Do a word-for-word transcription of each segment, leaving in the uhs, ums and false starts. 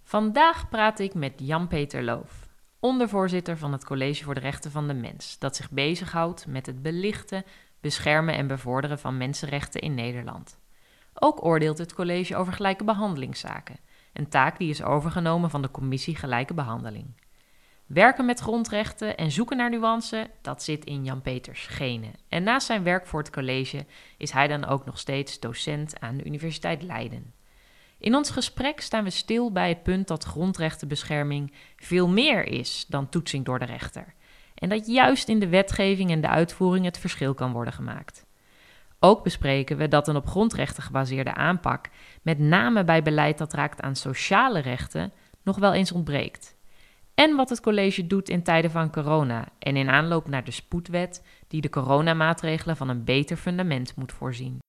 Vandaag praat ik met Jan-Peter Loof, ondervoorzitter van het College voor de Rechten van de Mens, dat zich bezighoudt met het belichten, beschermen en bevorderen van mensenrechten in Nederland. Ook oordeelt het college over gelijke behandelingszaken, een taak die is overgenomen van de Commissie Gelijke Behandeling. Werken met grondrechten en zoeken naar nuance, dat zit in Jan-Peters genen. En naast zijn werk voor het college is hij dan ook nog steeds docent aan de Universiteit Leiden. In ons gesprek staan we stil bij het punt dat grondrechtenbescherming veel meer is dan toetsing door de rechter. En dat juist in de wetgeving en de uitvoering het verschil kan worden gemaakt. Ook bespreken we dat een op grondrechten gebaseerde aanpak, met name bij beleid dat raakt aan sociale rechten, nog wel eens ontbreekt. En wat het college doet in tijden van corona en in aanloop naar de spoedwet die de coronamaatregelen van een beter fundament moet voorzien.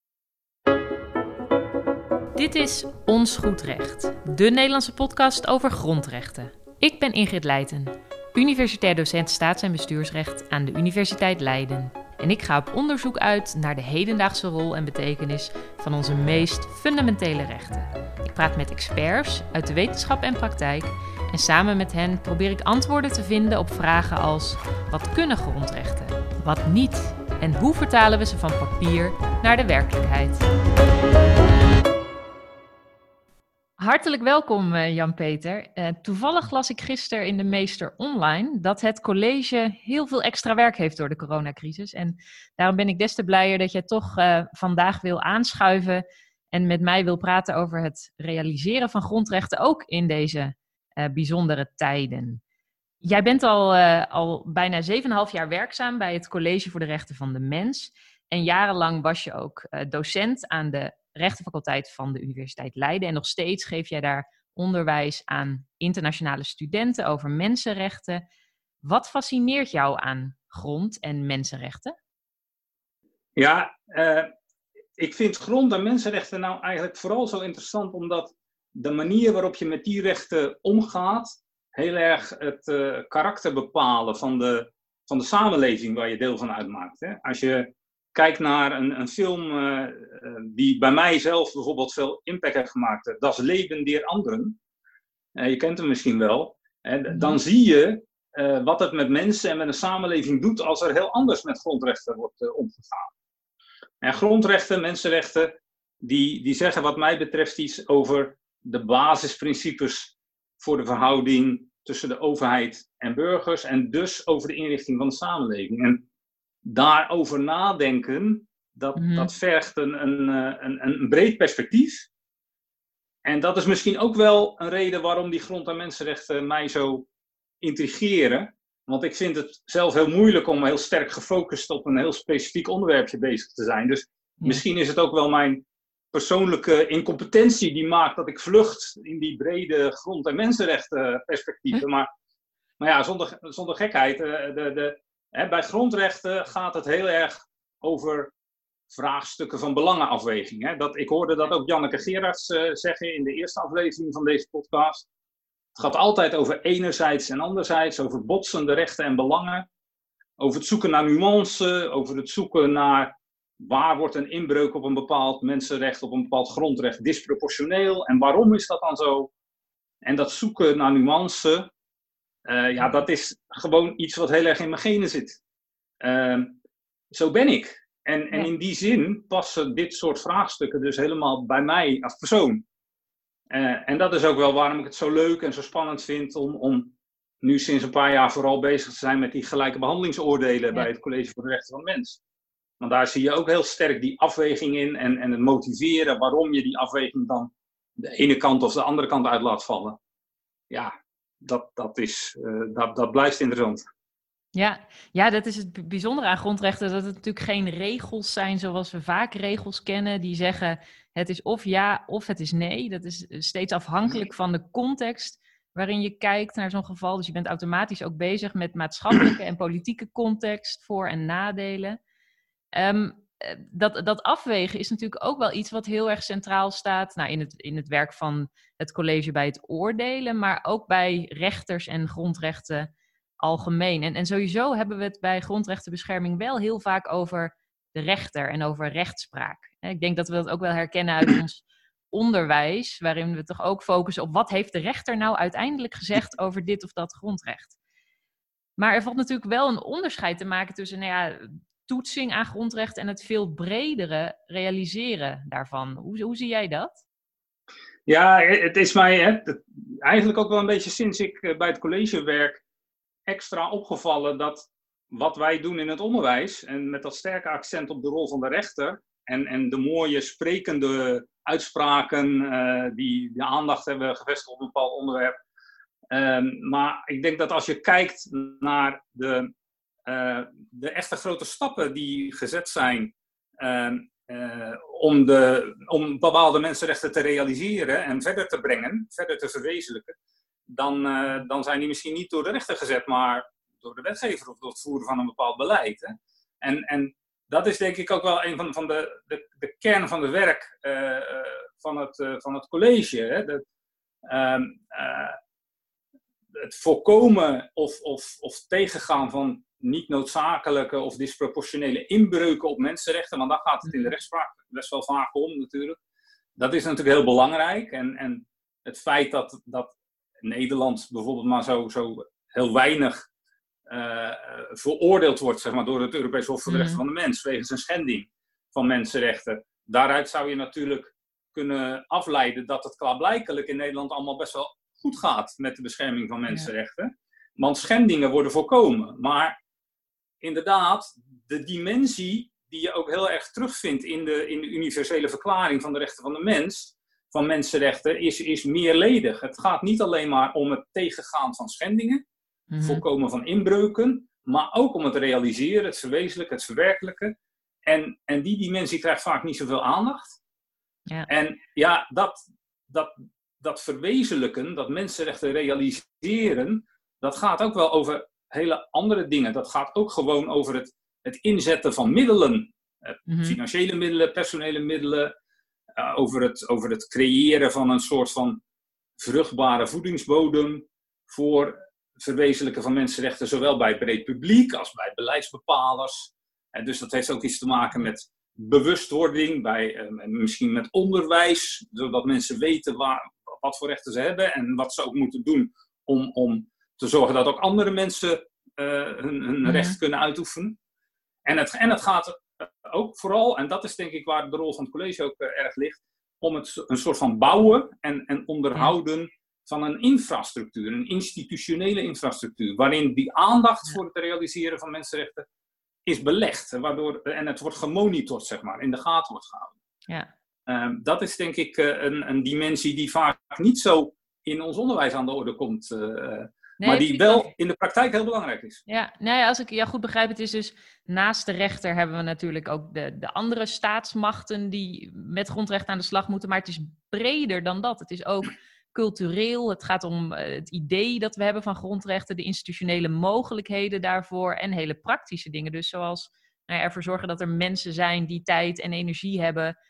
Dit is Ons Goed Recht, de Nederlandse podcast over grondrechten. Ik ben Ingrid Leijten, universitair docent staats- en bestuursrecht aan de Universiteit Leiden. En ik ga op onderzoek uit naar de hedendaagse rol en betekenis van onze meest fundamentele rechten. Ik praat met experts uit de wetenschap en praktijk en samen met hen probeer ik antwoorden te vinden op vragen als: wat kunnen grondrechten, wat niet en hoe vertalen we ze van papier naar de werkelijkheid? Hartelijk welkom uh, Jan-Peter. Uh, toevallig las ik gisteren in de Meester online dat het college heel veel extra werk heeft door de coronacrisis. En daarom ben ik des te blijer dat jij toch uh, vandaag wil aanschuiven en met mij wil praten over het realiseren van grondrechten ook in deze uh, bijzondere tijden. Jij bent al, uh, al bijna zeven en een half jaar werkzaam bij het College voor de Rechten van de Mens. En jarenlang was je ook uh, docent aan de rechtenfaculteit van de Universiteit Leiden. En nog steeds geef jij daar onderwijs aan internationale studenten over mensenrechten. Wat fascineert jou aan grond- en mensenrechten? Ja, uh, ik vind grond- en mensenrechten nou eigenlijk vooral zo interessant omdat de manier waarop je met die rechten omgaat heel erg het uh, karakter bepalen van de, van de samenleving waar je deel van uitmaakt. Hè? Als je kijkt naar een, een film uh, uh, die bij mij zelf bijvoorbeeld veel impact heeft gemaakt, Das Leben der Anderen. Uh, je kent hem misschien wel. Hè? Dan zie je uh, wat het met mensen en met een samenleving doet als er heel anders met grondrechten wordt uh, omgegaan. En grondrechten, mensenrechten, die, die zeggen wat mij betreft iets over de basisprincipes voor de verhouding tussen de overheid en burgers en dus over de inrichting van de samenleving. En daarover nadenken, dat, mm-hmm. dat vergt een, een, een, een breed perspectief. En dat is misschien ook wel een reden waarom die grond- en mensenrechten mij zo intrigeren. Want ik vind het zelf heel moeilijk om heel sterk gefocust op een heel specifiek onderwerpje bezig te zijn. Dus ja. Misschien is het ook wel mijn persoonlijke incompetentie die maakt dat ik vlucht in die brede grond- en mensenrechten perspectieven. Maar, maar ja, zonder, zonder gekheid. De, de, de, hè, bij grondrechten gaat het heel erg over vraagstukken van belangenafweging. Hè. Dat, ik hoorde dat ook Janneke Gerards uh, zeggen in de eerste aflevering van deze podcast. Het gaat altijd over enerzijds en anderzijds, over botsende rechten en belangen. Over het zoeken naar nuance, over het zoeken naar waar wordt een inbreuk op een bepaald mensenrecht, op een bepaald grondrecht disproportioneel en waarom is dat dan zo? En dat zoeken naar nuance, uh, ja, dat is gewoon iets wat heel erg in mijn genen zit. Uh, zo ben ik. En, en in die zin passen dit soort vraagstukken dus helemaal bij mij als persoon. Uh, en dat is ook wel waarom ik het zo leuk en zo spannend vind om, om nu sinds een paar jaar vooral bezig te zijn met die gelijke behandelingsoordelen ja. bij het College voor de Rechten van de Mens. Want daar zie je ook heel sterk die afweging in en, en het motiveren waarom je die afweging dan de ene kant of de andere kant uit laat vallen. Ja, dat, dat, is, uh, dat, dat blijft interessant. Ja, ja, dat is het bijzondere aan grondrechten, dat het natuurlijk geen regels zijn zoals we vaak regels kennen, die zeggen het is of ja of het is nee. Dat is steeds afhankelijk van de context waarin je kijkt naar zo'n geval. Dus je bent automatisch ook bezig met maatschappelijke en politieke context, voor- en nadelen. Um, dat, dat afwegen is natuurlijk ook wel iets wat heel erg centraal staat nou, in, het, in het werk van het college bij het oordelen, maar ook bij rechters en grondrechten algemeen. En, en sowieso hebben we het bij grondrechtenbescherming wel heel vaak over de rechter en over rechtspraak. Ik denk dat we dat ook wel herkennen uit ons onderwijs, waarin we toch ook focussen op wat heeft de rechter nou uiteindelijk gezegd over dit of dat grondrecht. Maar er valt natuurlijk wel een onderscheid te maken tussen nou ja, toetsing aan grondrecht en het veel bredere realiseren daarvan. Hoe, hoe zie jij dat? Ja, het is mij hè, het, eigenlijk ook wel een beetje sinds ik uh, bij het college werk extra opgevallen dat wat wij doen in het onderwijs, en met dat sterke accent op de rol van de rechter en, en de mooie sprekende uitspraken uh, die de aandacht hebben gevestigd op een bepaald onderwerp. Um, maar ik denk dat als je kijkt naar de, uh, de echte grote stappen die gezet zijn um, uh, om, de, om bepaalde mensenrechten te realiseren en verder te brengen, verder te verwezenlijken, dan, uh, dan zijn die misschien niet door de rechter gezet, maar door de wetgever of door het voeren van een bepaald beleid. Hè. En, en dat is denk ik ook wel een van, van de, de, de kern van het werk uh, van, het, uh, van het college. Hè. De, um, uh, het voorkomen of, of, of tegengaan van niet noodzakelijke of disproportionele inbreuken op mensenrechten, want daar gaat het in de rechtspraak best wel vaak om natuurlijk. Dat is natuurlijk heel belangrijk. En, en het feit dat, dat Nederland bijvoorbeeld maar zo, zo heel weinig uh, veroordeeld wordt, zeg maar, door het Europees Hof voor de Rechten van de Mens, wegens een schending van mensenrechten. Daaruit zou je natuurlijk kunnen afleiden dat het klaarblijkelijk in Nederland allemaal best wel goed gaat met de bescherming van mensenrechten. Ja. Want schendingen worden voorkomen. Maar inderdaad, de dimensie die je ook heel erg terugvindt in de, in de universele verklaring van de rechten van de mens, van mensenrechten, is, is meerledig. Het gaat niet alleen maar om het tegengaan van schendingen, mm-hmm. voorkomen van inbreuken, maar ook om het realiseren, het verwezenlijken, het verwerkelijken. En, en die dimensie krijgt vaak niet zoveel aandacht. Ja. En ja, dat, dat, dat verwezenlijken, dat mensenrechten realiseren, dat gaat ook wel over hele andere dingen. Dat gaat ook gewoon over het, het inzetten van middelen. Mm-hmm. Financiële middelen, personele middelen. Uh, over, het, over het creëren van een soort van vruchtbare voedingsbodem voor verwezenlijken van mensenrechten, zowel bij het breed publiek als bij beleidsbepalers. En dus dat heeft ook iets te maken met bewustwording, bij, uh, misschien met onderwijs, zodat mensen weten waar, wat voor rechten ze hebben en wat ze ook moeten doen om, om te zorgen dat ook andere mensen uh, hun, hun mm-hmm. recht kunnen uitoefenen. En het, en het gaat ook vooral, en dat is denk ik waar de rol van het college ook uh, erg ligt, om het een soort van bouwen en, en onderhouden ja. van een infrastructuur, een institutionele infrastructuur, waarin die aandacht ja. voor het realiseren van mensenrechten is belegd, waardoor, en het wordt gemonitord, zeg maar, in de gaten wordt gehouden. Ja. Uh, dat is denk ik uh, een, een dimensie die vaak niet zo in ons onderwijs aan de orde komt, uh, Nee, maar die wel in de praktijk heel belangrijk is. Ja, nou ja, als ik jou goed begrijp, het is dus naast de rechter hebben we natuurlijk ook de, de andere staatsmachten die met grondrecht aan de slag moeten. Maar het is breder dan dat. Het is ook cultureel. Het gaat om het idee dat we hebben van grondrechten, de institutionele mogelijkheden daarvoor en hele praktische dingen. Dus zoals nou ja, ervoor zorgen dat er mensen zijn die tijd en energie hebben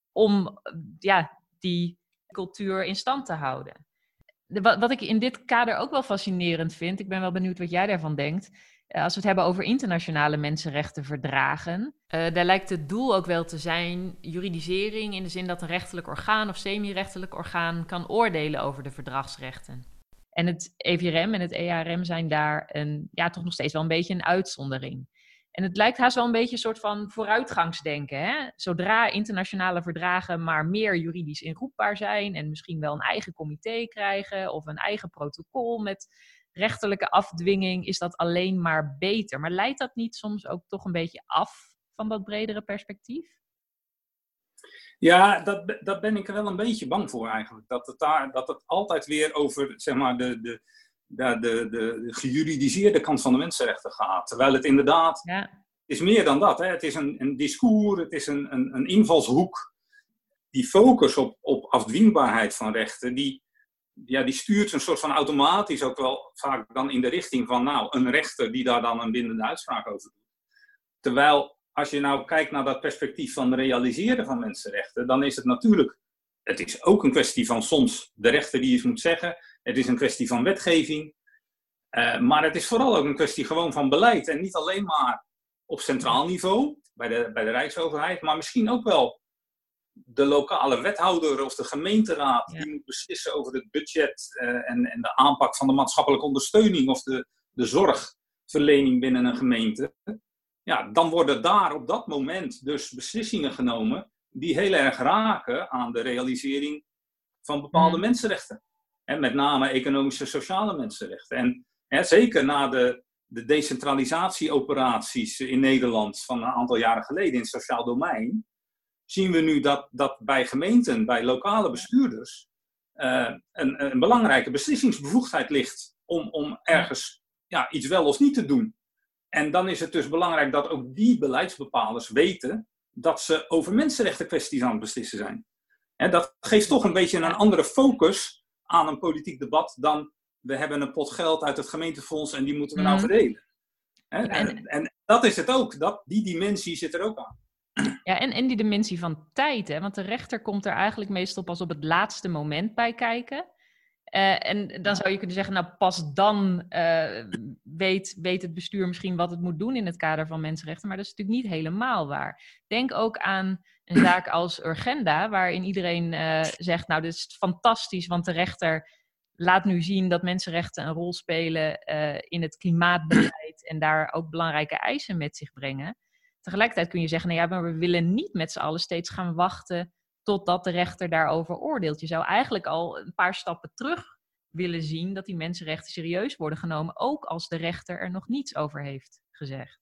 om ja, die cultuur in stand te houden. Wat, wat ik in dit kader ook wel fascinerend vind, ik ben wel benieuwd wat jij daarvan denkt, uh, als we het hebben over internationale mensenrechtenverdragen, uh, daar lijkt het doel ook wel te zijn juridisering in de zin dat een rechterlijk orgaan of semi-rechterlijk orgaan kan oordelen over de verdragsrechten. En het E V R M en het E A R M zijn daar een, ja, toch nog steeds wel een beetje een uitzondering. En het lijkt haast wel een beetje een soort van vooruitgangsdenken. Hè? Zodra internationale verdragen maar meer juridisch inroepbaar zijn en misschien wel een eigen comité krijgen of een eigen protocol met rechterlijke afdwinging, is dat alleen maar beter. Maar leidt dat niet soms ook toch een beetje af van dat bredere perspectief? Ja, dat, dat ben ik er wel een beetje bang voor eigenlijk. Dat het, daar, dat het altijd weer over, zeg maar, de... de De, de, de gejuridiseerde kant van de mensenrechten gaat. Terwijl het inderdaad ja. is meer dan dat. Hè. Het is een, een discours, het is een, een, een invalshoek. Die focus op, op afdwingbaarheid van rechten, die, ja, die stuurt een soort van automatisch ook wel vaak dan in de richting van nou, een rechter die daar dan een bindende uitspraak over doet. Terwijl als je nou kijkt naar dat perspectief van realiseren van mensenrechten, dan is het natuurlijk, het is ook een kwestie van soms de rechter die iets moet zeggen. Het is een kwestie van wetgeving. Uh, maar het is vooral ook een kwestie gewoon van beleid. En niet alleen maar op centraal niveau, bij de, bij de Rijksoverheid, maar misschien ook wel de lokale wethouder of de gemeenteraad, Ja. die moet beslissen over het budget uh, en, en de aanpak van de maatschappelijke ondersteuning of de, de zorgverlening binnen een gemeente. Ja, dan worden daar op dat moment dus beslissingen genomen die heel erg raken aan de realisering van bepaalde mm. mensenrechten. En met name economische en sociale mensenrechten. En hè, zeker na de, de decentralisatieoperaties in Nederland van een aantal jaren geleden in het sociaal domein, zien we nu dat, dat bij gemeenten, bij lokale bestuurders, uh, een, een belangrijke beslissingsbevoegdheid ligt om, om ergens ja, iets wel of niet te doen. En dan is het dus belangrijk dat ook die beleidsbepalers weten dat ze over mensenrechten kwesties aan het beslissen zijn. En dat geeft toch een beetje een andere focus aan een politiek debat dan we hebben een pot geld uit het gemeentefonds en die moeten we nou verdelen. En, en, en dat is het ook, dat, die dimensie zit er ook aan. Ja, en, en die dimensie van tijd, hè? Want de rechter komt er eigenlijk meestal pas op het laatste moment bij kijken. Uh, en dan zou je kunnen zeggen, nou pas dan uh, weet, weet het bestuur misschien wat het moet doen in het kader van mensenrechten. Maar dat is natuurlijk niet helemaal waar. Denk ook aan een zaak als Urgenda, waarin iedereen uh, zegt, nou dit is fantastisch, want de rechter laat nu zien dat mensenrechten een rol spelen uh, in het klimaatbeleid en daar ook belangrijke eisen met zich brengen. Tegelijkertijd kun je zeggen, nou ja, maar we willen niet met z'n allen steeds gaan wachten totdat de rechter daarover oordeelt. Je zou eigenlijk al een paar stappen terug willen zien dat die mensenrechten serieus worden genomen, ook als de rechter er nog niets over heeft gezegd.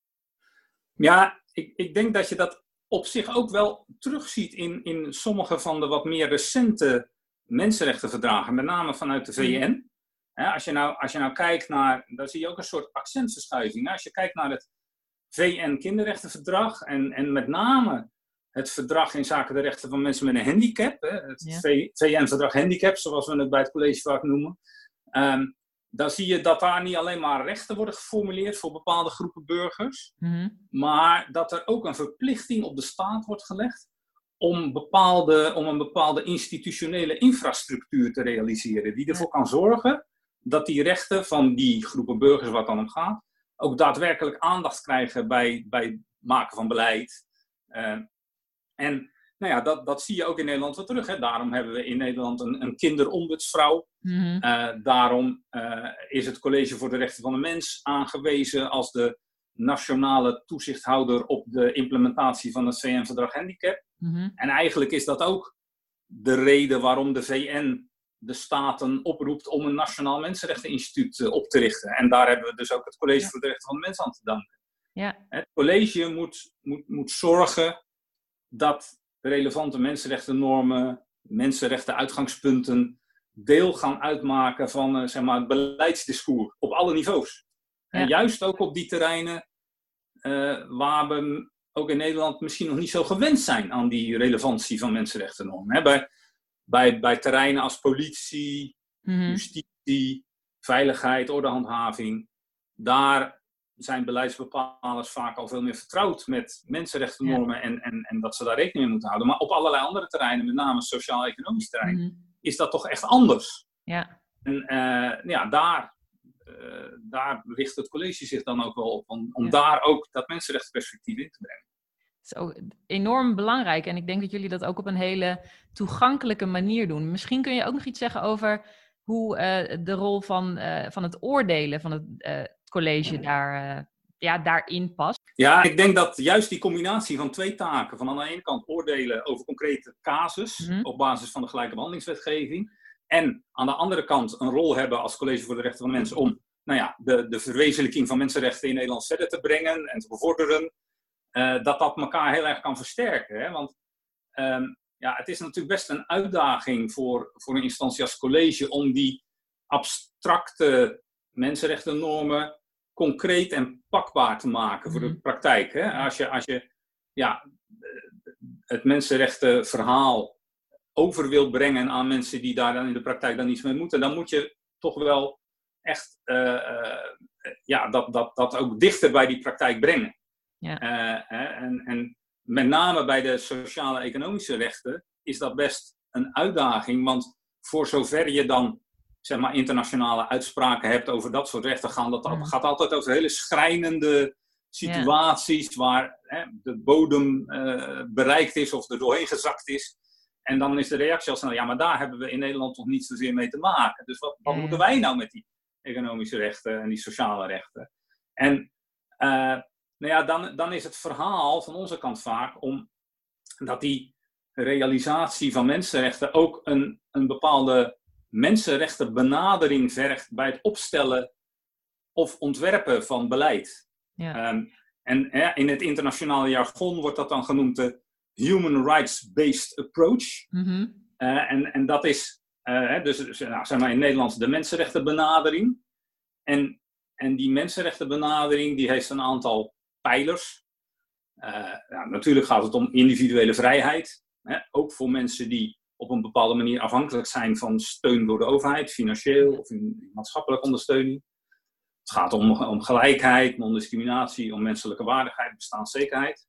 Ja, ik, ik denk dat je dat op zich ook wel terugziet in, in sommige van de wat meer recente mensenrechtenverdragen, met name vanuit de V N. Ja, als je nou, als je nou kijkt naar, daar zie je ook een soort accentverschuiving. Hè? Als je kijkt naar het V N-kinderrechtenverdrag en, en met name het verdrag in zaken de rechten van mensen met een handicap, hè, het ja. V N-verdrag handicap, zoals we het bij het college vaak noemen, um, dan zie je dat daar niet alleen maar rechten worden geformuleerd voor bepaalde groepen burgers, mm-hmm. maar dat er ook een verplichting op de staat wordt gelegd om, bepaalde, om een bepaalde institutionele infrastructuur te realiseren, die ervoor kan zorgen dat die rechten van die groepen burgers, wat dan om gaat, ook daadwerkelijk aandacht krijgen bij, bij het maken van beleid. Uh, En nou ja, dat, dat zie je ook in Nederland wel terug. Hè. Daarom hebben we in Nederland een, een kinderombudsvrouw. Mm-hmm. Uh, daarom uh, is het College voor de Rechten van de Mens aangewezen als de nationale toezichthouder op de implementatie van het V N-verdrag handicap. Mm-hmm. En eigenlijk is dat ook de reden waarom de V N de staten oproept om een Nationaal Mensenrechteninstituut uh, op te richten. En daar hebben we dus ook het College ja. voor de Rechten van de Mens aan te danken. Ja. Het college moet, moet, moet zorgen dat de relevante mensenrechtennormen, mensenrechtenuitgangspunten deel gaan uitmaken van uh, zeg maar, het beleidsdiscours op alle niveaus. Ja. En juist ook op die terreinen uh, waar we ook in Nederland misschien nog niet zo gewend zijn aan die relevantie van mensenrechtennormen. Hè? Bij, bij, bij terreinen als politie, mm-hmm. justitie, veiligheid, ordehandhaving, daar zijn beleidsbepalers vaak al veel meer vertrouwd met mensenrechtennormen ja. en, en, en dat ze daar rekening mee moeten houden. Maar op allerlei andere terreinen, met name sociaal-economisch terrein, mm-hmm. is dat toch echt anders. Ja. En uh, ja, daar, uh, daar richt het college zich dan ook wel op, om, om ja. daar ook dat mensenrechtenperspectief in te brengen. Dat is ook enorm belangrijk en ik denk dat jullie dat ook op een hele toegankelijke manier doen. Misschien kun je ook nog iets zeggen over hoe uh, de rol van, uh, van het oordelen van het uh, college daar, uh, ja, daarin past. Ja, ik denk dat juist die combinatie van twee taken, van aan de ene kant oordelen over concrete casus, mm-hmm. op basis van de gelijke behandelingswetgeving, en aan de andere kant een rol hebben als College voor de Rechten van de Mens om nou ja, de, de verwezenlijking van mensenrechten in Nederland verder te brengen en te bevorderen, uh, dat dat elkaar heel erg kan versterken. Hè? Want um, ja, het is natuurlijk best een uitdaging voor, voor een instantie als college om die abstracte mensenrechtennormen concreet en pakbaar te maken voor de praktijk. Hè? Als je, als je ja, het mensenrechtenverhaal over wil brengen aan mensen die daar dan in de praktijk dan iets mee moeten, dan moet je toch wel echt uh, uh, ja, dat, dat, dat ook dichter bij die praktijk brengen. Ja. Uh, en, en met name bij de sociale economische rechten is dat best een uitdaging, want voor zover je dan zeg maar internationale uitspraken hebt over dat soort rechten, gaan dat, mm. gaat altijd over hele schrijnende situaties ja. waar hè, de bodem uh, bereikt is of er doorheen gezakt is. En dan is de reactie al snel, ja, maar daar hebben we in Nederland nog niet zozeer mee te maken. Dus wat, wat ja. moeten wij nou met die economische rechten en die sociale rechten? En uh, nou ja, dan, dan is het verhaal van onze kant vaak om dat die realisatie van mensenrechten ook een, een bepaalde mensenrechtenbenadering vergt bij het opstellen of ontwerpen van beleid. Ja. Um, en ja, in het internationale jargon wordt dat dan genoemd de Human Rights-Based Approach. Mm-hmm. Uh, en, en dat is, uh, dus nou, zeg maar in Nederlands de mensenrechtenbenadering. En, en die mensenrechtenbenadering die heeft een aantal pijlers. Uh, nou, natuurlijk gaat het om individuele vrijheid. Hè, ook voor mensen die op een bepaalde manier afhankelijk zijn van steun door de overheid, financieel of in maatschappelijke ondersteuning. Het gaat om, om gelijkheid, non-discriminatie, om menselijke waardigheid, bestaanszekerheid.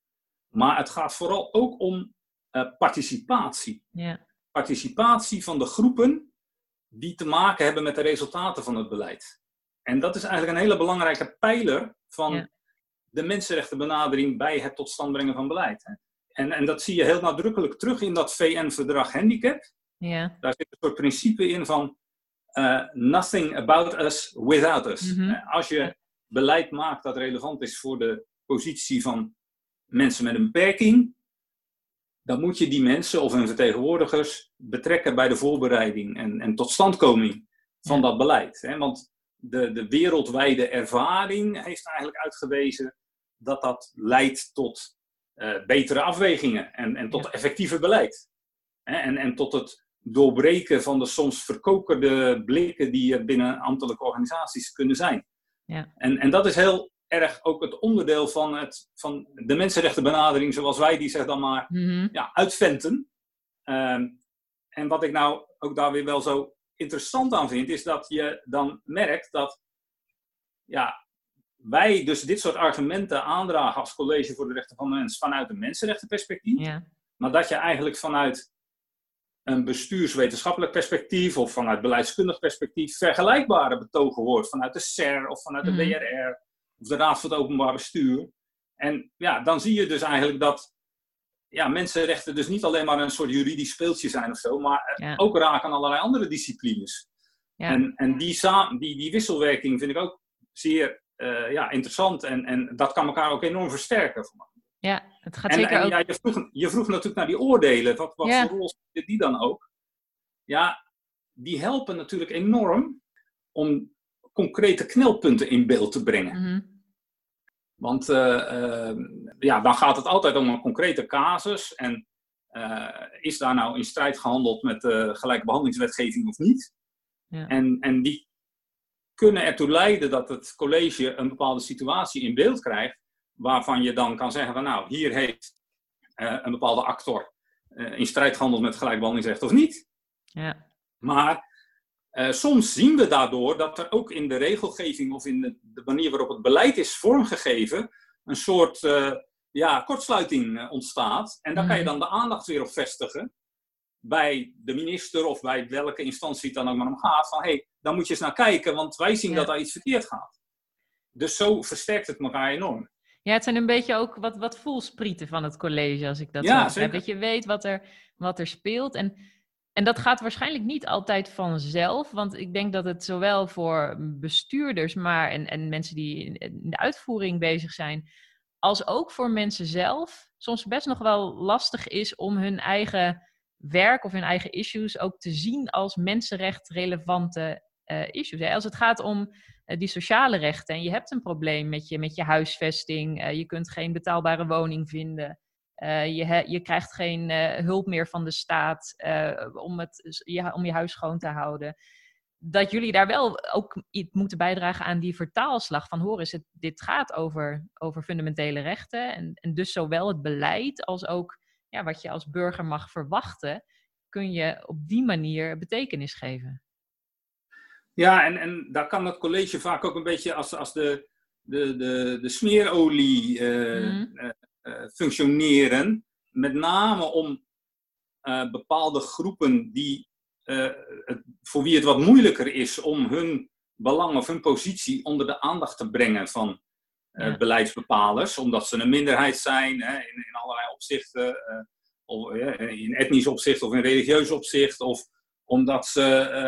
Maar het gaat vooral ook om uh, participatie. Yeah. Participatie van de groepen die te maken hebben met de resultaten van het beleid. En dat is eigenlijk een hele belangrijke pijler van yeah. de mensenrechtenbenadering bij het tot stand brengen van beleid. Hè. En, en dat zie je heel nadrukkelijk terug in dat V N-verdrag Handicap. Yeah. Daar zit een soort principe in van uh, nothing about us without us. Mm-hmm. Als je beleid maakt dat relevant is voor de positie van mensen met een beperking, dan moet je die mensen of hun vertegenwoordigers betrekken bij de voorbereiding en, en totstandkoming van ja. dat beleid. Hè? Want de, de wereldwijde ervaring heeft eigenlijk uitgewezen dat dat leidt tot uh, betere afwegingen en, en tot ja. effectiever beleid. Hè? En, en tot het doorbreken van de soms verkokerde blikken die er binnen ambtelijke organisaties kunnen zijn. Ja. En, en dat is heel erg ook het onderdeel van, het, van de mensenrechtenbenadering zoals wij die zeg dan maar mm-hmm. ja, uitventen. Um, en wat ik nou ook daar weer wel zo interessant aan vind, is dat je dan merkt dat ja, wij dus dit soort argumenten aandragen als College voor de Rechten van de Mens vanuit een mensenrechtenperspectief. Ja. Maar dat je eigenlijk vanuit een bestuurswetenschappelijk perspectief of vanuit beleidskundig perspectief vergelijkbare betogen hoort vanuit de S E R of vanuit de mm-hmm. B R R. Of de Raad voor het Openbaar Bestuur. En ja, dan zie je dus eigenlijk dat ja, mensenrechten dus niet alleen maar een soort juridisch speeltje zijn of zo, maar ja. ook raken aan allerlei andere disciplines. Ja. En, en die, saam, die, die wisselwerking vind ik ook zeer uh, ja, interessant en, en dat kan elkaar ook enorm versterken. Ja, het gaat en, zeker en, ook... Ja, je, vroeg, je vroeg natuurlijk naar die oordelen. Wat, wat ja. voor rol spelen die dan ook? Ja, die helpen natuurlijk enorm om concrete knelpunten in beeld te brengen. Mm-hmm. Want uh, uh, ja, dan gaat het altijd om een concrete casus. En uh, is daar nou in strijd gehandeld met de gelijke behandelingswetgeving of niet? Ja. En, en die kunnen ertoe leiden dat het college een bepaalde situatie in beeld krijgt. Waarvan je dan kan zeggen van nou, hier heeft uh, een bepaalde actor uh, in strijd gehandeld met gelijk behandelingsrecht of niet. Ja. Maar Uh, soms zien we daardoor dat er ook in de regelgeving of in de, de manier waarop het beleid is vormgegeven een soort uh, ja, kortsluiting uh, ontstaat. En daar kan je dan de aandacht weer op vestigen bij de minister of bij welke instantie het dan ook maar om gaat. Van hé, hey, daar moet je eens naar kijken, want wij zien ja. dat daar iets verkeerd gaat. Dus zo versterkt het elkaar enorm. Ja, het zijn een beetje ook wat, wat voelsprieten van het college, als ik dat ja, zo heb. Dat je weet wat er, wat er speelt en... En dat gaat waarschijnlijk niet altijd vanzelf, want ik denk dat het zowel voor bestuurders maar en, en mensen die in, in de uitvoering bezig zijn, als ook voor mensen zelf soms best nog wel lastig is om hun eigen werk of hun eigen issues ook te zien als mensenrechtrelevante uh, issues. Hè. Als het gaat om uh, die sociale rechten en je hebt een probleem met je, met je huisvesting, uh, je kunt geen betaalbare woning vinden. Uh, je, he, je krijgt geen uh, hulp meer van de staat uh, om, het, je, om je huis schoon te houden. Dat jullie daar wel ook moeten bijdragen aan die vertaalslag van hoor eens, het, dit gaat over, over fundamentele rechten. En, en dus zowel het beleid als ook ja, wat je als burger mag verwachten, kun je op die manier betekenis geven. Ja, en, en daar kan het college vaak ook een beetje als, als de, de, de, de smeerolie uh, mm. uh, Uh, functioneren, met name om uh, bepaalde groepen die, uh, het, voor wie het wat moeilijker is om hun belang of hun positie onder de aandacht te brengen van uh, ja. beleidsbepalers, omdat ze een minderheid zijn hè, in, in allerlei opzichten, uh, of, uh, in etnisch opzicht of in religieus opzicht, of omdat, ze,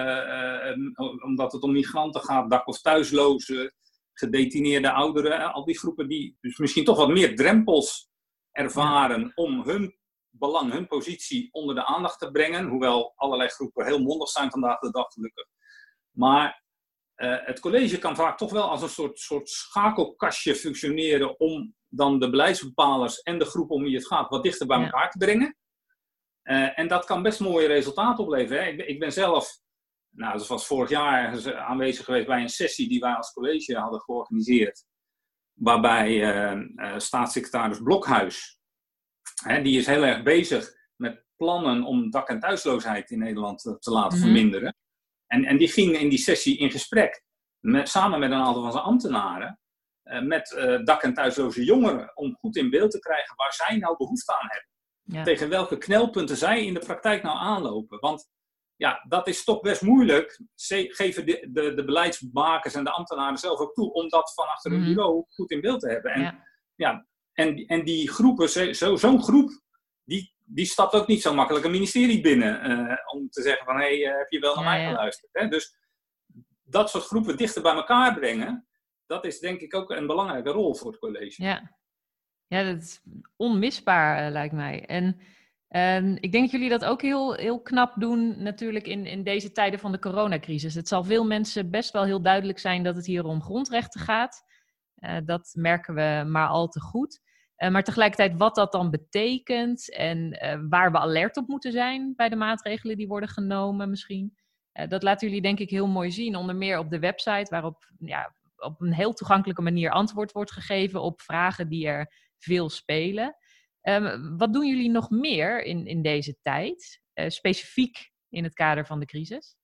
uh, uh, omdat het om migranten gaat, dak- of thuislozen, gedetineerde ouderen, al die groepen die dus misschien toch wat meer drempels ervaren ja. om hun belang, hun positie onder de aandacht te brengen, hoewel allerlei groepen heel mondig zijn vandaag de dag gelukkig. Maar uh, het college kan vaak toch wel als een soort, soort schakelkastje functioneren om dan de beleidsbepalers en de groep om wie het gaat wat dichter bij ja. elkaar te brengen. Uh, en dat kan best mooie resultaten opleveren. Hè? Ik, ben, ik ben zelf, nou, dat was vorig jaar aanwezig geweest bij een sessie die wij als college hadden georganiseerd. Waarbij uh, uh, staatssecretaris Blokhuis, hè, die is heel erg bezig met plannen om dak- en thuisloosheid in Nederland te, te laten mm-hmm. verminderen. En, en die ging in die sessie in gesprek, met, samen met een aantal van zijn ambtenaren, uh, met uh, dak- en thuisloze jongeren, om goed in beeld te krijgen waar zij nou behoefte aan hebben. Ja. Tegen welke knelpunten zij in de praktijk nou aanlopen. Want ja, dat is toch best moeilijk, geven de, de, de beleidsmakers en de ambtenaren zelf ook toe, om dat van achter hun mm-hmm. bureau goed in beeld te hebben. En, ja. Ja, en, en die groepen, zo, zo'n groep, die, die stapt ook niet zo makkelijk een ministerie binnen, uh, om te zeggen van, hé, hey, uh, heb je wel naar ja, mij ja. geluisterd? Hè? Dus dat soort groepen dichter bij elkaar brengen, dat is denk ik ook een belangrijke rol voor het college. Ja. Ja, dat is onmisbaar, uh, lijkt mij. En uh, ik denk dat jullie dat ook heel, heel knap doen natuurlijk in, in deze tijden van de coronacrisis. Het zal veel mensen best wel heel duidelijk zijn dat het hier om grondrechten gaat. Uh, dat merken we maar al te goed. Uh, maar tegelijkertijd wat dat dan betekent en uh, waar we alert op moeten zijn bij de maatregelen die worden genomen misschien. Uh, dat laten jullie denk ik heel mooi zien, onder meer op de website waarop ja, op een heel toegankelijke manier antwoord wordt gegeven op vragen die er veel spelen. Um, wat doen jullie nog meer in, in deze tijd, uh, specifiek in het kader van de crisis?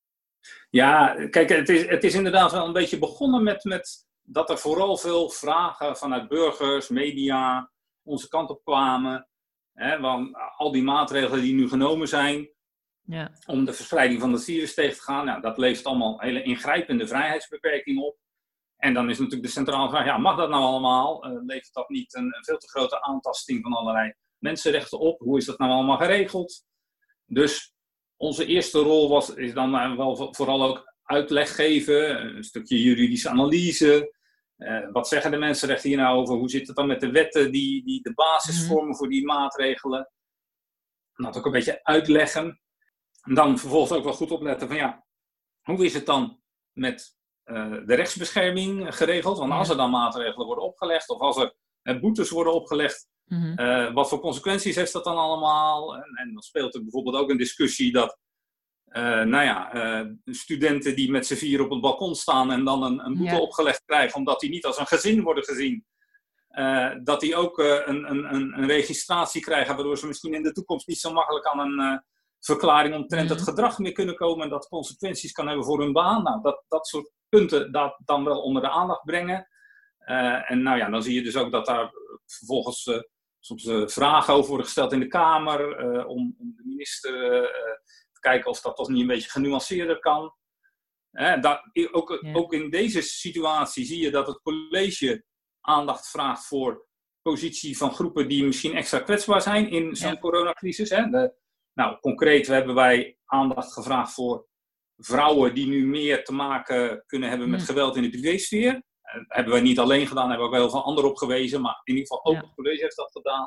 Ja, kijk, het is, het is inderdaad wel een beetje begonnen met, met dat er vooral veel vragen vanuit burgers, media, onze kant op kwamen. Hè, want al die maatregelen die nu genomen zijn ja. om de verspreiding van het virus tegen te gaan, nou, dat levert allemaal hele ingrijpende vrijheidsbeperkingen op. En dan is natuurlijk de centrale vraag, ja, mag dat nou allemaal? Uh, levert dat niet een, een veel te grote aantasting van allerlei mensenrechten op? Hoe is dat nou allemaal geregeld? Dus onze eerste rol was, is dan wel vooral ook uitleg geven, een stukje juridische analyse. Uh, wat zeggen de mensenrechten hier nou over? Hoe zit het dan met de wetten die, die de basis mm-hmm. vormen voor die maatregelen? En dat ook een beetje uitleggen. En dan vervolgens ook wel goed opletten van ja, hoe is het dan met Uh, de rechtsbescherming geregeld. Want ja. als er dan maatregelen worden opgelegd of als er uh, boetes worden opgelegd, mm-hmm. uh, wat voor consequenties heeft dat dan allemaal? En, en dan speelt er bijvoorbeeld ook een discussie dat uh, nou ja, uh, studenten die met z'n vier op het balkon staan en dan een, een boete ja. opgelegd krijgen omdat die niet als een gezin worden gezien, uh, dat die ook uh, een, een, een registratie krijgen waardoor ze misschien in de toekomst niet zo makkelijk aan een uh, verklaring omtrent mm-hmm. het gedrag meer kunnen komen en dat consequenties kan hebben voor hun baan. Nou, dat, dat soort punten dat dan wel onder de aandacht brengen. Uh, en nou ja, dan zie je dus ook dat daar vervolgens uh, soms uh, vragen over worden gesteld in de Kamer, uh, om, om de minister uh, te kijken of dat toch niet een beetje genuanceerder kan. Uh, daar, ook, ja. ook in deze situatie zie je dat het college aandacht vraagt voor positie van groepen die misschien extra kwetsbaar zijn in zo'n ja. coronacrisis. Hè. De, nou, concreet hebben wij aandacht gevraagd voor vrouwen die nu meer te maken kunnen hebben met geweld in de privésfeer. Dat hebben wij niet alleen gedaan, hebben we ook wel heel veel anderen op gewezen, maar in ieder geval ook ja. het college heeft dat gedaan.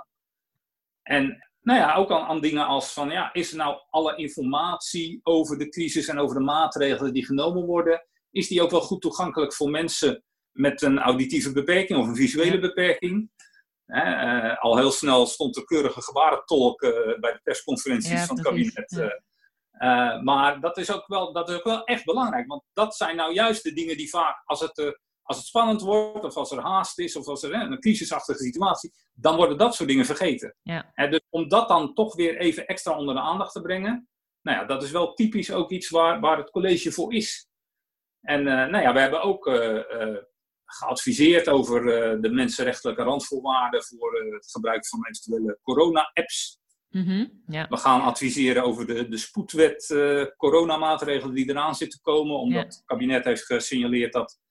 En nou ja, ook aan, aan dingen als van, ja, is er nou alle informatie over de crisis en over de maatregelen die genomen worden, is die ook wel goed toegankelijk voor mensen met een auditieve beperking of een visuele ja. beperking? Hè, uh, al heel snel stond er keurige gebarentolk uh, bij de persconferenties ja, van het kabinet. Uh, Uh, maar dat is, ook wel, dat is ook wel echt belangrijk. Want dat zijn nou juist de dingen die vaak, als het, uh, als het spannend wordt, of als er haast is, of als er uh, een crisisachtige situatie, dan worden dat soort dingen vergeten. Ja. Uh, dus om dat dan toch weer even extra onder de aandacht te brengen, nou ja, dat is wel typisch ook iets waar, waar het college voor is. En uh, nou ja, we hebben ook uh, uh, geadviseerd over uh, de mensenrechtelijke randvoorwaarden voor uh, het gebruik van eventuele corona-apps. Mm-hmm, ja. We gaan adviseren over de, de spoedwet uh, coronamaatregelen die eraan zitten komen. Omdat ja. het kabinet heeft gesignaleerd dat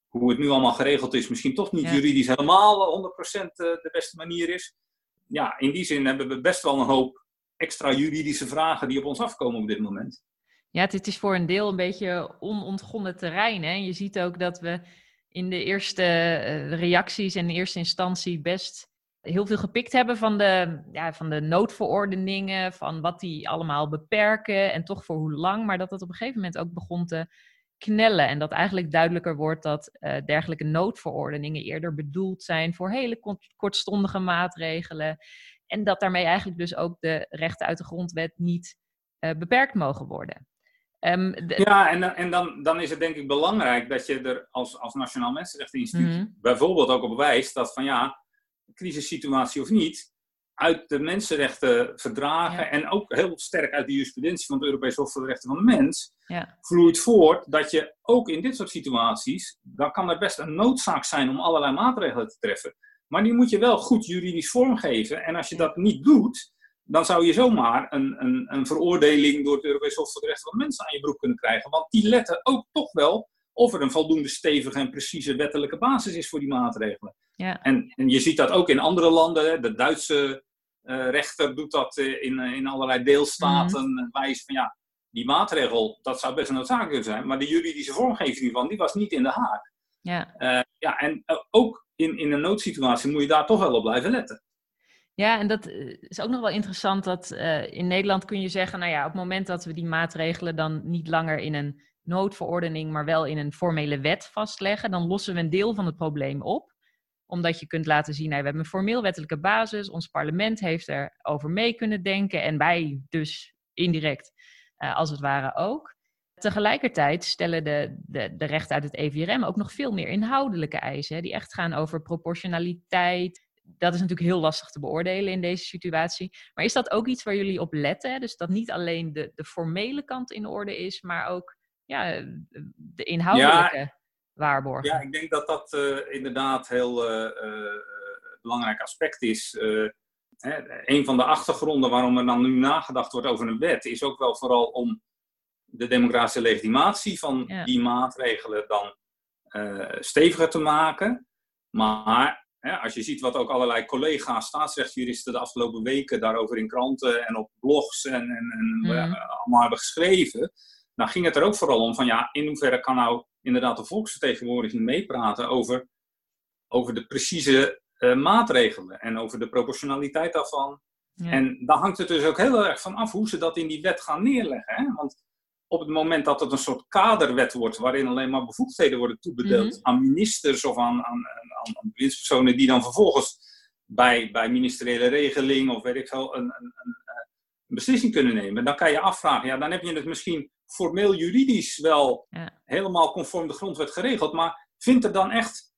hoe het nu allemaal geregeld is, misschien toch niet ja. juridisch helemaal honderd procent de beste manier is. Ja, in die zin hebben we best wel een hoop extra juridische vragen die op ons afkomen op dit moment. Ja, het is voor een deel een beetje onontgonnen terrein. Hè? Je ziet ook dat we in de eerste uh, reacties en in eerste instantie best heel veel gepikt hebben van de, ja, van de noodverordeningen, van wat die allemaal beperken en toch voor hoe lang. Maar dat het op een gegeven moment ook begon te knellen. En dat eigenlijk duidelijker wordt dat uh, dergelijke noodverordeningen eerder bedoeld zijn voor hele kort, kortstondige maatregelen. En dat daarmee eigenlijk dus ook de rechten uit de grondwet niet uh, beperkt mogen worden. Um, de... Ja, en, en dan, dan is het denk ik belangrijk dat je er als, als Nationaal Mensenrechteninstituut mm-hmm. bijvoorbeeld ook op wijst dat van ja, crisissituatie of niet, uit de mensenrechtenverdragen ja. en ook heel sterk uit de jurisprudentie van het Europees Hof voor de Rechten van de Mens, ja. vloeit voort dat je ook in dit soort situaties, dan kan er best een noodzaak zijn om allerlei maatregelen te treffen. Maar die moet je wel goed juridisch vormgeven. En als je dat niet doet, dan zou je zomaar een, een, een veroordeling door het Europees Hof voor de Rechten van de Mens aan je broek kunnen krijgen. Want die letten ook toch wel of er een voldoende stevige en precieze wettelijke basis is voor die maatregelen. Ja. En, en je ziet dat ook in andere landen. De Duitse uh, rechter doet dat uh, in, uh, in allerlei deelstaten. Mm-hmm. Wijs van ja, die maatregel, dat zou best een noodzakelijk zijn. Maar de juridische vormgeving hiervan, die was niet in de haak. Ja, uh, ja en uh, ook in, in een noodsituatie moet je daar toch wel op blijven letten. Ja, en dat is ook nog wel interessant dat uh, in Nederland kun je zeggen, nou ja, op het moment dat we die maatregelen dan niet langer in een noodverordening, maar wel in een formele wet vastleggen, dan lossen we een deel van het probleem op. Omdat je kunt laten zien, nou, we hebben een formeel wettelijke basis, ons parlement heeft erover mee kunnen denken en wij dus indirect uh, als het ware ook. Tegelijkertijd stellen de, de, de rechten uit het E V R M ook nog veel meer inhoudelijke eisen, hè, die echt gaan over proportionaliteit. Dat is natuurlijk heel lastig te beoordelen in deze situatie. Maar is dat ook iets waar jullie op letten? Hè? Dus dat niet alleen de, de formele kant in orde is, maar ook ja, de inhoudelijke ja, waarborgen. Ja, ik denk dat dat uh, inderdaad heel uh, uh, belangrijk aspect is. Uh, hè, een van de achtergronden waarom er dan nu nagedacht wordt over een wet, is ook wel vooral om de democratische legitimatie van ja. die maatregelen dan uh, steviger te maken. Maar hè, als je ziet wat ook allerlei collega's, staatsrechtsjuristen de afgelopen weken daarover in kranten en op blogs en, en, en mm. uh, allemaal hebben geschreven, dan ging het er ook vooral om van ja, in hoeverre kan nou inderdaad de volksvertegenwoordiging meepraten over, over de precieze uh, maatregelen en over de proportionaliteit daarvan. Ja. En dan hangt het dus ook heel erg van af hoe ze dat in die wet gaan neerleggen. Hè? Want op het moment dat het een soort kaderwet wordt, waarin alleen maar bevoegdheden worden toebedeeld mm-hmm. aan ministers of aan, aan, aan, aan bewindspersonen die dan vervolgens bij, bij ministeriële regeling of weet ik veel een, een, een, een beslissing kunnen nemen, dan kan je afvragen, ja, dan heb je het misschien formeel juridisch wel ja. helemaal conform de grondwet geregeld, maar vindt er dan echt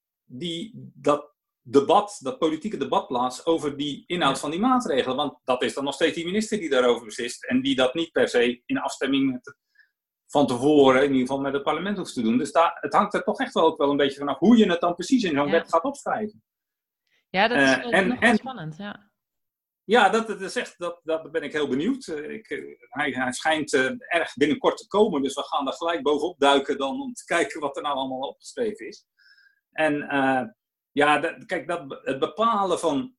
die, dat debat, dat politieke debat plaats over die inhoud ja. van die maatregelen? Want dat is dan nog steeds die minister die daarover beslist en die dat niet per se in afstemming met het, van tevoren, in ieder geval met het parlement hoeft te doen. Dus daar, het hangt er toch echt wel ook wel een beetje vanaf hoe je het dan precies in zo'n ja. wet gaat opschrijven. Ja, dat is uh, wel, en, nog wel en, spannend, ja. Ja, dat, dat, is echt, dat, dat ben ik heel benieuwd. Ik, hij, hij schijnt uh, erg binnenkort te komen, dus we gaan daar gelijk bovenop duiken dan om te kijken wat er nou allemaal opgeschreven is. En uh, ja, dat, kijk, dat, het bepalen van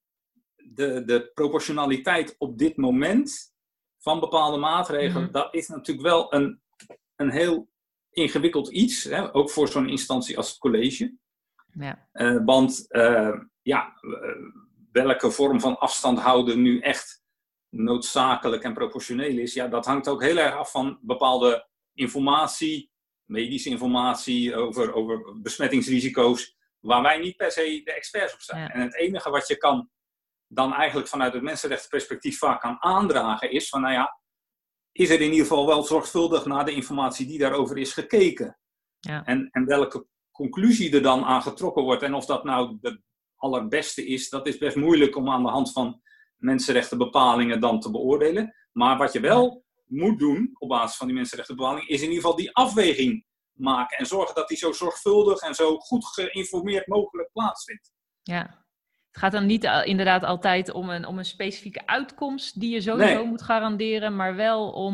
de, de proportionaliteit op dit moment van bepaalde maatregelen, mm-hmm. dat is natuurlijk wel een, een heel ingewikkeld iets, hè, ook voor zo'n instantie als het college. Ja. Uh, want uh, ja... Uh, welke vorm van afstand houden nu echt noodzakelijk en proportioneel is, ja, dat hangt ook heel erg af van bepaalde informatie, medische informatie over, over besmettingsrisico's, waar wij niet per se de experts op zijn. Ja. En het enige wat je kan dan eigenlijk vanuit het mensenrechtenperspectief vaak kan aandragen is van, nou ja, is er in ieder geval wel zorgvuldig naar de informatie die daarover is gekeken? Ja. En, en welke conclusie er dan aan getrokken wordt en of dat nou de allerbeste is, dat is best moeilijk om aan de hand van mensenrechtenbepalingen dan te beoordelen. Maar wat je wel moet doen op basis van die mensenrechtenbepaling is in ieder geval die afweging maken en zorgen dat die zo zorgvuldig en zo goed geïnformeerd mogelijk plaatsvindt. Ja, het gaat dan niet inderdaad altijd om een, om een specifieke uitkomst die je sowieso nee. moet garanderen, maar wel om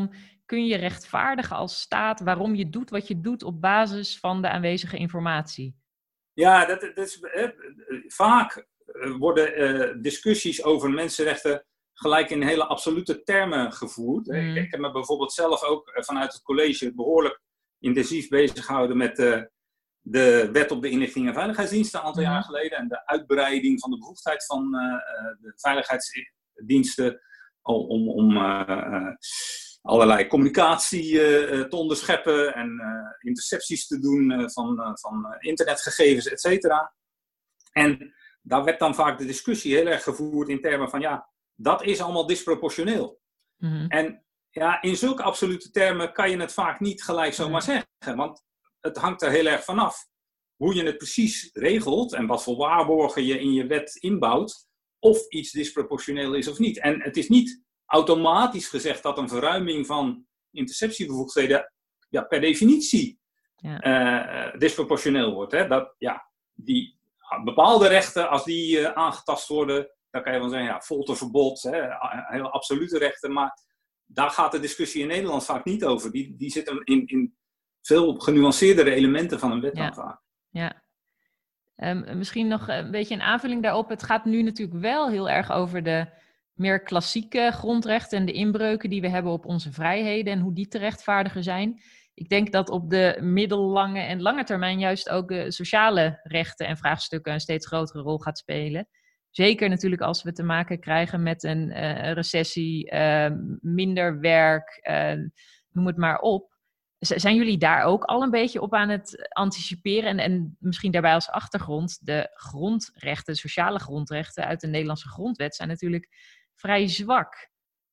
kun je rechtvaardigen als staat waarom je doet wat je doet op basis van de aanwezige informatie? Ja, dat, dat is, eh, vaak worden eh, discussies over mensenrechten gelijk in hele absolute termen gevoerd. Mm. Ik, ik heb me bijvoorbeeld zelf ook vanuit het college behoorlijk intensief bezig gehouden met uh, de wet op de inlichting en veiligheidsdiensten een aantal mm. jaar geleden en de uitbreiding van de bevoegdheid van uh, de veiligheidsdiensten om, om uh, uh, allerlei communicatie uh, te onderscheppen en uh, intercepties te doen uh, van, uh, van internetgegevens, et cetera. En daar werd dan vaak de discussie heel erg gevoerd in termen van ja, dat is allemaal disproportioneel. Mm-hmm. En ja, in zulke absolute termen kan je het vaak niet gelijk zomaar mm-hmm. zeggen, want het hangt er heel erg vanaf hoe je het precies regelt en wat voor waarborgen je in je wet inbouwt, of iets disproportioneel is of niet. En het is niet automatisch gezegd dat een verruiming van interceptiebevoegdheden ja, per definitie ja. uh, disproportioneel wordt. Hè? Dat, ja, die bepaalde rechten, als die uh, aangetast worden, dan kan je wel zeggen, ja, folterverbod, hè, hele absolute rechten, maar daar gaat de discussie in Nederland vaak niet over. Die, die zitten in, in veel genuanceerdere elementen van een wet dan ja. vaak. Ja. Um, misschien nog een beetje een aanvulling daarop. Het gaat nu natuurlijk wel heel erg over de meer klassieke grondrechten en de inbreuken die we hebben op onze vrijheden en hoe die te rechtvaardigen zijn. Ik denk dat op de middellange en lange termijn juist ook de sociale rechten en vraagstukken een steeds grotere rol gaat spelen. Zeker natuurlijk als we te maken krijgen met een uh, recessie, uh, minder werk, uh, noem het maar op. Z- zijn jullie daar ook al een beetje op aan het anticiperen? En, en misschien daarbij als achtergrond, de grondrechten, de sociale grondrechten uit de Nederlandse grondwet zijn natuurlijk vrij zwak.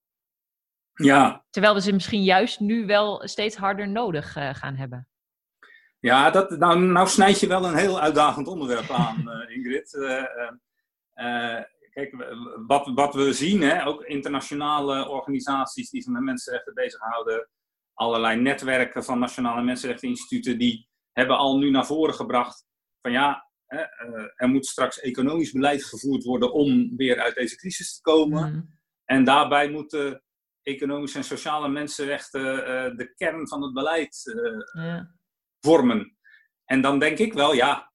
Ja. Terwijl we ze misschien juist nu wel steeds harder nodig uh, gaan hebben. Ja, dat, nou, nou snijd je wel een heel uitdagend onderwerp aan, uh, Ingrid. Uh, uh, uh, kijk, wat, wat we zien, hè, ook internationale organisaties die zich met mensenrechten bezighouden, allerlei netwerken van nationale mensenrechteninstituten, die hebben al nu naar voren gebracht van ja, uh, uh, er moet straks economisch beleid gevoerd worden om weer uit deze crisis te komen. Mm. En daarbij moeten economische en sociale mensenrechten uh, de kern van het beleid uh, ja. vormen. En dan denk ik wel, ja,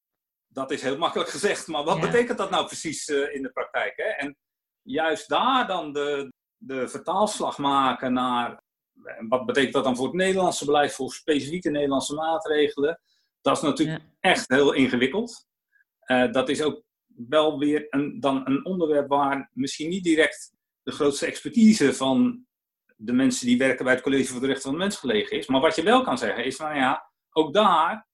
dat is heel makkelijk gezegd, maar wat ja. betekent dat nou precies uh, in de praktijk? Hè? En juist daar dan de, de vertaalslag maken naar, wat betekent dat dan voor het Nederlandse beleid, voor specifieke Nederlandse maatregelen, dat is natuurlijk ja. echt heel ingewikkeld. Uh, dat is ook wel weer een, dan een onderwerp waar misschien niet direct de grootste expertise van de mensen die werken bij het College voor de Rechten van de Mens gelegen is. Maar wat je wel kan zeggen is, nou ja, ook daar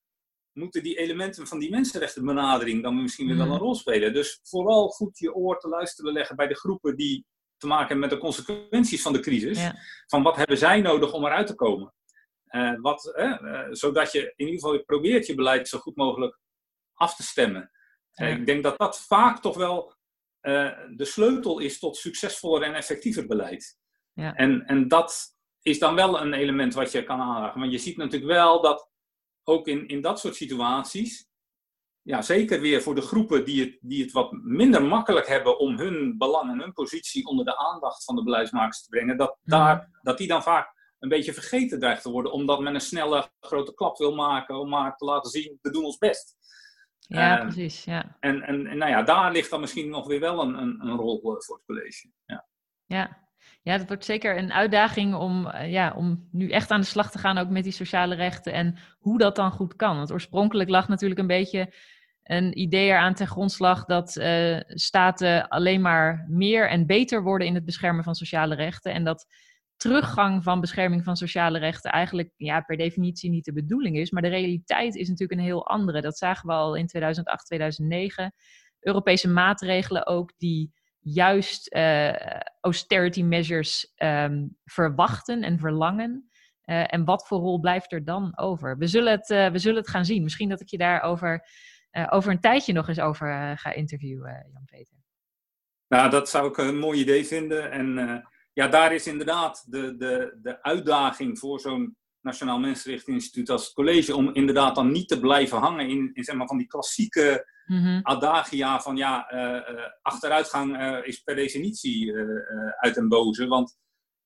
moeten die elementen van die mensenrechtenbenadering dan misschien weer wel een rol spelen. Dus vooral goed je oor te luisteren leggen bij de groepen die te maken hebben met de consequenties van de crisis. Ja. Van wat hebben zij nodig om eruit te komen? Uh, wat, uh, uh, zodat je in ieder geval probeert je beleid zo goed mogelijk af te stemmen. Ja. Uh, ik denk dat dat vaak toch wel uh, de sleutel is tot succesvoller en effectiever beleid. Ja. En, en dat is dan wel een element wat je kan aanraken. Want je ziet natuurlijk wel dat ook in, in dat soort situaties, ja, zeker weer voor de groepen die het, die het wat minder makkelijk hebben om hun belang en hun positie onder de aandacht van de beleidsmakers te brengen, dat, daar, dat die dan vaak een beetje vergeten dreigt te worden, omdat men een snelle grote klap wil maken om maar te laten zien, we doen ons best. Ja, uh, precies. Ja. En, en, en nou ja, daar ligt dan misschien nog weer wel een, een, een rol voor het college. Ja. Ja. Ja, dat wordt zeker een uitdaging om, uh, ja, om nu echt aan de slag te gaan ook met die sociale rechten en hoe dat dan goed kan. Want oorspronkelijk lag natuurlijk een beetje een idee eraan ten grondslag dat uh, staten alleen maar meer en beter worden in het beschermen van sociale rechten en dat teruggang van bescherming van sociale rechten eigenlijk ja, per definitie niet de bedoeling is. Maar de realiteit is natuurlijk een heel andere. Dat zagen we al in tweeduizend acht, tweeduizend negen. Europese maatregelen ook die juist uh, austerity measures um, verwachten en verlangen. Uh, en wat voor rol blijft er dan over? We zullen het, uh, we zullen het gaan zien. Misschien dat ik je daar over, uh, over een tijdje nog eens over uh, ga interviewen, Jan-Peter. Nou, dat zou ik een mooi idee vinden. En uh, ja, daar is inderdaad de, de, de uitdaging voor zo'n Nationaal Mensenrechteninstituut als het college om inderdaad dan niet te blijven hangen in, in zeg maar, van die klassieke mm-hmm. adagia van ja, uh, uh, achteruitgang uh, is per definitie uh, uh, uit den boze. Want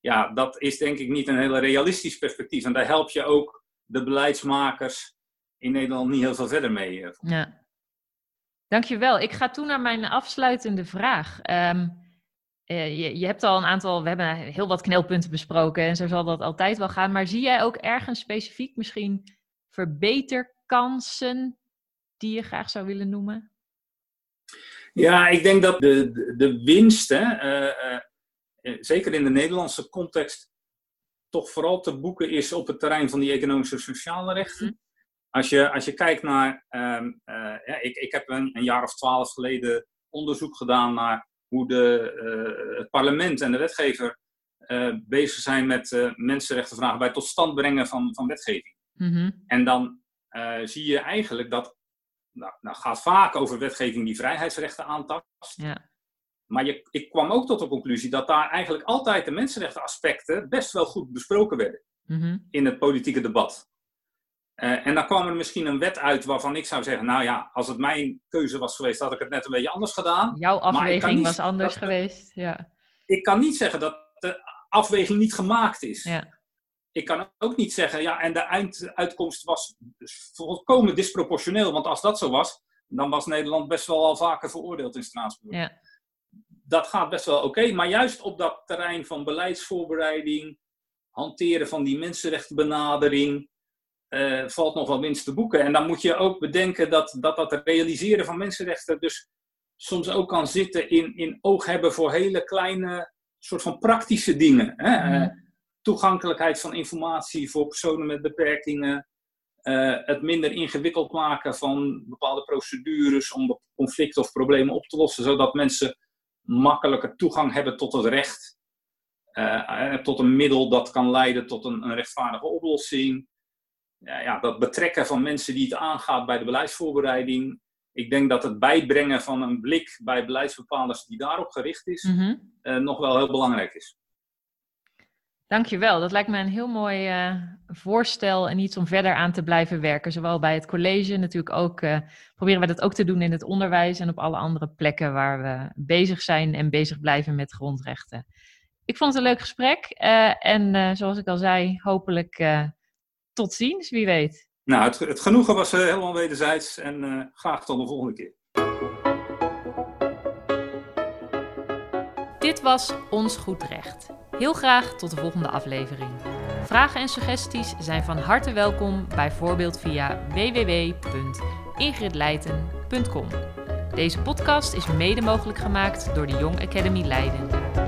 ja, dat is denk ik niet een hele realistisch perspectief. En daar help je ook de beleidsmakers in Nederland niet heel veel verder mee. Ja. Dankjewel. Ik ga toe naar mijn afsluitende vraag. Um, uh, je, je hebt al een aantal, we hebben heel wat knelpunten besproken en zo zal dat altijd wel gaan. Maar zie jij ook ergens specifiek misschien verbeterkansen die je graag zou willen noemen? Ja, ik denk dat de, de, de winst, hè, uh, uh, zeker in de Nederlandse context, toch vooral te boeken is op het terrein van die economische en sociale rechten. Mm. Als je, als je kijkt naar, um, uh, ja, ik, ik heb een, een jaar of twaalf geleden onderzoek gedaan naar hoe de, uh, het parlement en de wetgever uh, bezig zijn met uh, mensenrechtenvragen bij het tot stand brengen van, van wetgeving. Mm-hmm. En dan uh, zie je eigenlijk dat, nou, nou gaat vaak over wetgeving die vrijheidsrechten aantast. Ja. Maar je, ik kwam ook tot de conclusie dat daar eigenlijk altijd de mensenrechtenaspecten best wel goed besproken werden mm-hmm. in het politieke debat. Uh, en dan kwam er misschien een wet uit waarvan ik zou zeggen, nou ja, als het mijn keuze was geweest, had ik het net een beetje anders gedaan. Jouw afweging was anders dat, geweest, ja. Ik kan niet zeggen dat de afweging niet gemaakt is. Ja. Ik kan ook niet zeggen, ja, en de einduitkomst was volkomen disproportioneel. Want als dat zo was, dan was Nederland best wel al vaker veroordeeld in Straatsburg. Ja. Dat gaat best wel oké, okay, maar juist op dat terrein van beleidsvoorbereiding, hanteren van die mensenrechtenbenadering, Uh, valt nog wel winst te boeken. En dan moet je ook bedenken dat dat, dat realiseren van mensenrechten dus soms ook kan zitten in, in oog hebben voor hele kleine soort van praktische dingen. Hè? Mm. Uh, toegankelijkheid van informatie voor personen met beperkingen. Uh, het minder ingewikkeld maken van bepaalde procedures om conflicten of problemen op te lossen, zodat mensen makkelijker toegang hebben tot het recht. Uh, tot een middel dat kan leiden tot een, een rechtvaardige oplossing. Ja, ja, dat betrekken van mensen die het aangaat bij de beleidsvoorbereiding. Ik denk dat het bijbrengen van een blik bij beleidsbepalers die daarop gericht is, mm-hmm. uh, nog wel heel belangrijk is. Dankjewel. Dat lijkt me een heel mooi uh, voorstel en iets om verder aan te blijven werken. Zowel bij het college, natuurlijk ook, uh, proberen we dat ook te doen in het onderwijs en op alle andere plekken waar we bezig zijn en bezig blijven met grondrechten. Ik vond het een leuk gesprek uh, en uh, zoals ik al zei, hopelijk Uh, tot ziens, wie weet. Nou, het, het genoegen was uh, helemaal wederzijds en uh, graag tot de volgende keer. Dit was Ons Goed Recht. Heel graag tot de volgende aflevering. Vragen en suggesties zijn van harte welkom, bijvoorbeeld via w w w punt ingrid leijten punt com. Deze podcast is mede mogelijk gemaakt door de Young Academy Leiden.